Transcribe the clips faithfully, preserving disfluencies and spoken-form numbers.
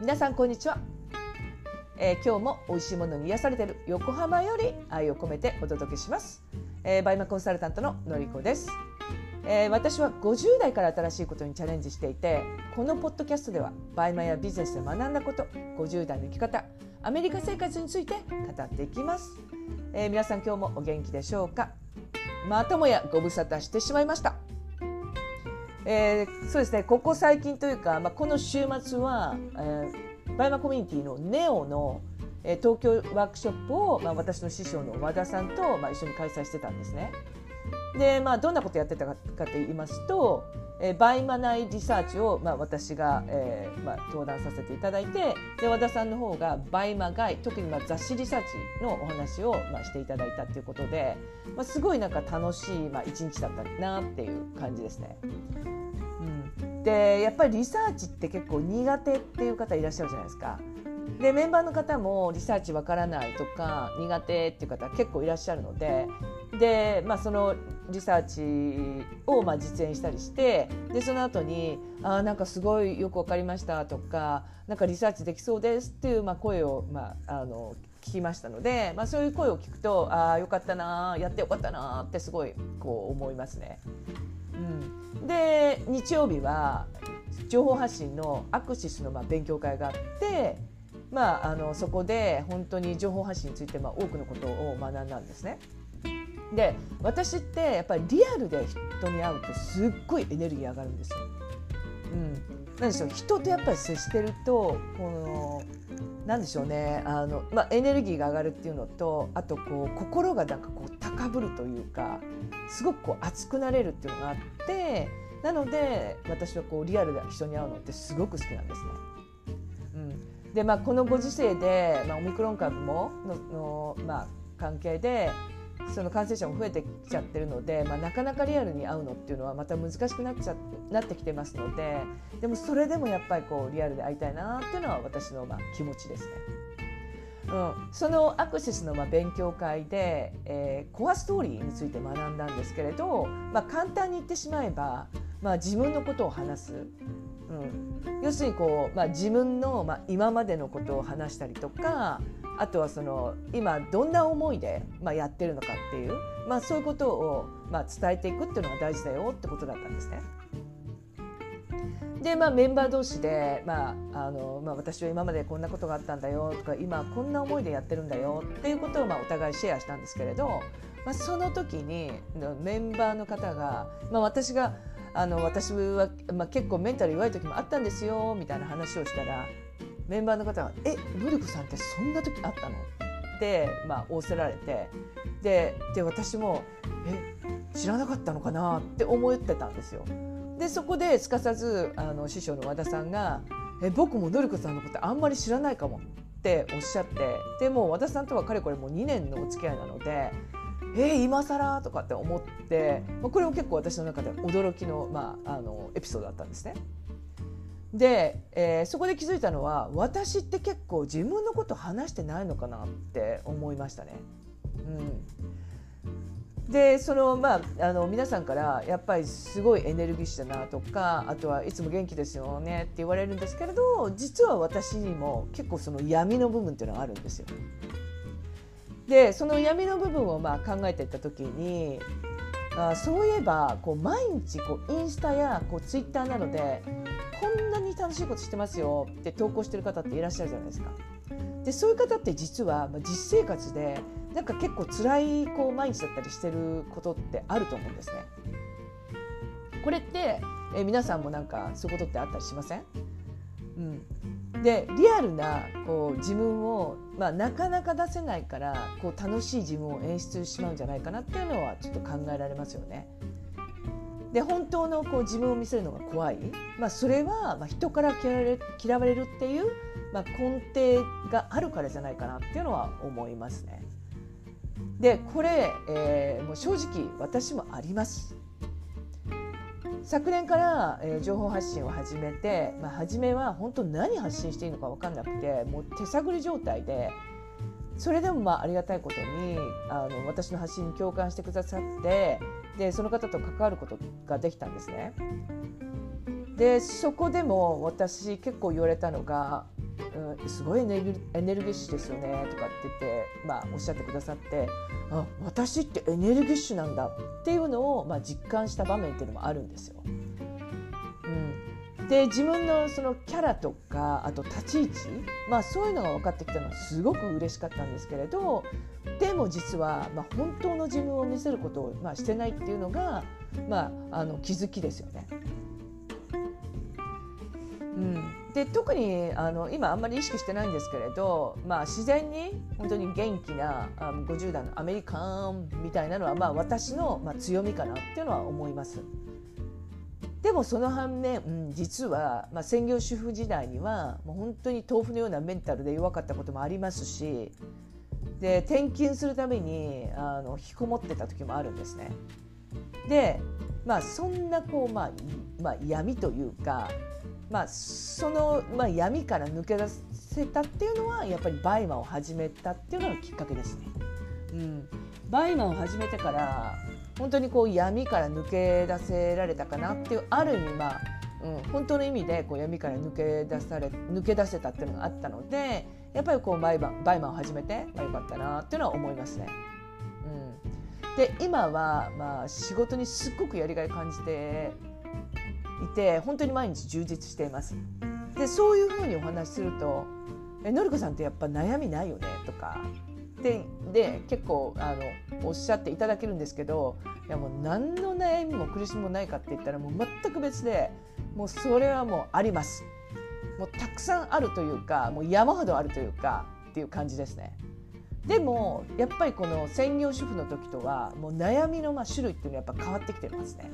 皆さんこんにちは、えー、今日も美味しいものに癒されている横浜より愛を込めてお届けします、えー、バイマコンサルタントののりこです、えー、私はごじゅう代から新しいことにチャレンジしていて、このポッドキャストではバイマやビジネスで学んだこと、ごじゅう代の生き方、アメリカ生活について語っていきます、えー、皆さん今日もお元気でしょうか。またもやご無沙汰してしまいました。えー、そうですね、ここ最近というか、まあ、この週末は、えー、バイマコミュニティのネオの、えー、東京ワークショップを、まあ、私の師匠の和田さんと、まあ、一緒に開催してたんですね。で、まあ、どんなことやってたかと言いますと、えー、バイマ内リサーチを、まあ、私が、えーまあ、登壇させていただいて、で和田さんの方がバイマガイ、特にまあ雑誌リサーチのお話を、まあ、していただいたということで、まあ、すごいなんか楽しい、まあ、一日だったなっていう感じですね。うん、でやっぱりリサーチって結構苦手っていう方いらっしゃるじゃないですか。でメンバーの方もリサーチわからないとか苦手っていう方結構いらっしゃるので、で、まあ、そのリサーチをまあ実演したりして、でその後にあなんかすごいよくわかりましたとか、なんかリサーチできそうですっていうまあ声を、まあ、あの聞きましたので、まあ、そういう声を聞くとあよかったな、やってよかったなってすごいこう思いますね。うん、で日曜日は情報発信のアクシスのまあ勉強会があって、まあ、あのそこで本当に情報発信についてまあ多くのことを学んだんですね。で私ってやっぱりリアルで人に会うとすっごいエネルギー上がるんですよ。うん、なんでしょう、人とやっぱり接してるとこのなんでしょうね、あの、まあ、エネルギーが上がるっていうのと、あとこう心がなんかこう高ぶるというか、すごくこう熱くなれるっていうのがあって、なので私はこうリアルで人に会うのってすごく好きなんですね。うん、で、まあ、このご時世で、まあ、オミクロン株ものの、まあ、関係でその感染者も増えてきちゃってるので、まあ、なかなかリアルに会うのっていうのはまた難しくなっちゃなってきてますので、でもそれでもやっぱりこうリアルで会いたいなっていうのは私のまあ気持ちですね。うん、そのアクセスのまあ勉強会で、えー、コアストーリーについて学んだんですけれど、まあ、簡単に言ってしまえば、まあ、自分のことを話す、うん、要するにこう、まあ、自分のまあ今までのことを話したりとか、あとはその今どんな思いでまあやってるのかっていう、まあ、そういうことをまあ伝えていくっていうのが大事だよってことだったんですね。で、まあ、メンバー同士で、まああのまあ、私は今までこんなことがあったんだよとか、今こんな思いでやってるんだよっていうことをまあお互いシェアしたんですけれど、まあ、その時にメンバーの方が、まあ、私があの私は、まあ、結構メンタル弱い時もあったんですよみたいな話をしたら、メンバーの方がえのりこさんってそんな時あったのって、まあ、仰せられて、で、で私もえ知らなかったのかなって思ってたんですよ。でそこですかさずあの師匠の和田さんがえ僕ものりこさんのことあんまり知らないかもっておっしゃって、でもう和田さんとはかれこれもうにねんのお付き合いなので、えー、今更とかって思って、まあ、これも結構私の中で驚きの、まあ、あのエピソードだったんですね。で、えー、そこで気づいたのは、私って結構自分のこと話してないのかなって思いましたね。うん、でその、まあ、あの皆さんからやっぱりすごいエネルギッシュだなとか、あとはいつも元気ですよねって言われるんですけれど、実は私にも結構その闇の部分っていうのがあるんですよ。でその闇の部分をまあ考えていった時に、あそういえばこう毎日こうインスタやこうツイッターなどでこんなに楽しいことしてますよって投稿してる方っていらっしゃるじゃないですか。でそういう方って実は実生活でなんか結構辛いこう毎日だったりしてることってあると思うんですね。これってえ皆さんもなんかそういうことってあったりしません？うん、でリアルなこう自分を、まあ、なかなか出せないからこう楽しい自分を演出してしまうんじゃないかなっていうのはちょっと考えられますよね。で本当のこう自分を見せるのが怖い、まあ、それはまあ人から嫌われる、嫌われるっていう、まあ、根底があるからじゃないかなっていうのは思いますね。でこれ、えー、もう正直私もあります。昨年から、えー、情報発信を始めて、まあ、初めは本当何発信していいのか分かんなくて、もう手探り状態で、それでもまあありがたいことにあの私の発信に共感してくださって、でその方と関わることができたんですね。でそこでも私結構言われたのが、 うん、すごいエネルギー、エネルギッシュですよねとかって言って、まあ、おっしゃってくださって、あ、私ってエネルギッシュなんだっていうのを、まあ、実感した場面っていうのもあるんですよ。うん、で自分のそのキャラとかあと立ち位置、まあ、そういうのが分かってきたのはすごく嬉しかったんですけれど、でも実は、まあ、本当の自分を見せることを、まあ、してないっていうのが、まあ、あの気づきですよね。うん、で特にあの今あんまり意識してないんですけれど、まあ、自然に本当に元気なあごじゅう代のアメリカンみたいなのは、まあ、私の、まあ、強みかなっていうのは思います。でもその反面、うん、実は、まあ、専業主婦時代にはもう本当に豆腐のようなメンタルで弱かったこともありますし、で転勤するためにあの引きこもってた時もあるんですね。で、まあ、そんなこう、まあまあ、闇というか、まあ、その、まあ、闇から抜け出せたっていうのはやっぱりバイマを始めたっていうのがきっかけですね。うん、バイマを始めてから本当にこう闇から抜け出せられたかなっていう、ある意味、まあうん、本当の意味でこう闇から抜け出され抜け出せたっていうのがあったので、やっぱりこうバイマバイマを始めて、まあ、よかったなっていうのは思いますね。うん、で今は、まあ、仕事にすっごくやりがい感じていて、本当に毎日充実しています。でそういうふうにお話しすると、えのりこさんってやっぱ悩みないよねとかで, で結構あのおっしゃっていただけるんですけど、いやもう何の悩みも苦しみもないかって言ったらもう全く別で、もうそれはもうあります。もうたくさんあるというか、もう山ほどあるというかっていう感じですね。でもやっぱりこの専業主婦の時とはもう悩みのまあ種類っていうのはやっぱ変わってきてますね。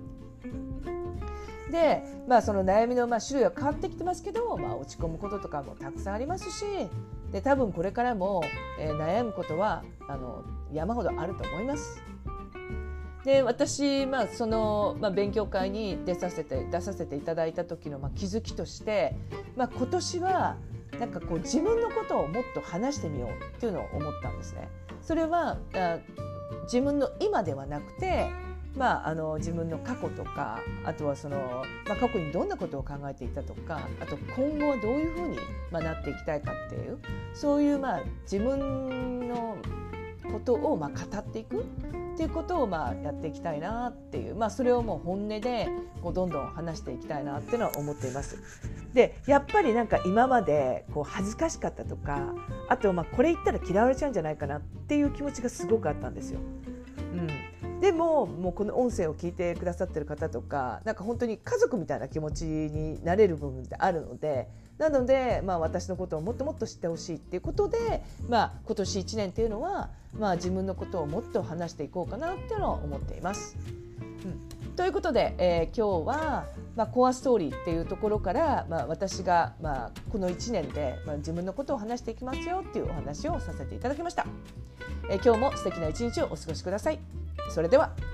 で、まあ、その悩みのまあ種類は変わってきてますけど、まあ、落ち込むこととかもたくさんありますし、で多分これからも、えー、悩むことはあの山ほどあると思います。で私、まあそのまあ、勉強会に出させて出させていただいた時のまあ気づきとして、まあ、今年はなんかこう自分のことをもっと話してみようっていうのを思ったんですね。それはあ自分の今ではなくて、まあ、あの自分の過去とか、あとはその、まあ、過去にどんなことを考えていたとか、あと今後はどういうふうに、まあ、なっていきたいかっていう、そういう、まあ、自分のことを、まあ、語っていくっていうことを、まあ、やっていきたいなっていう、まあ、それをもう本音でこうどんどん話していきたいなっていうのは思っています。でやっぱりなんか今までこう恥ずかしかったとか、あとまあこれ言ったら嫌われちゃうんじゃないかなっていう気持ちがすごくあったんですよ。うん、でももうこの音声を聞いてくださってる方とか、なんか本当に家族みたいな気持ちになれる部分ってあるので、なので、まあ、私のことをもっともっと知ってほしいっていうことで、まあ、今年いちねんっていうのは、まあ、自分のことをもっと話していこうかなっていうのを思っています。うん、ということで、えー、今日は、まあ、コアストーリーっていうところから、まあ、私が、まあ、このいちねんで、まあ、自分のことを話していきますよっていうお話をさせていただきました。えー、今日も素敵な一日をお過ごしください。それでは。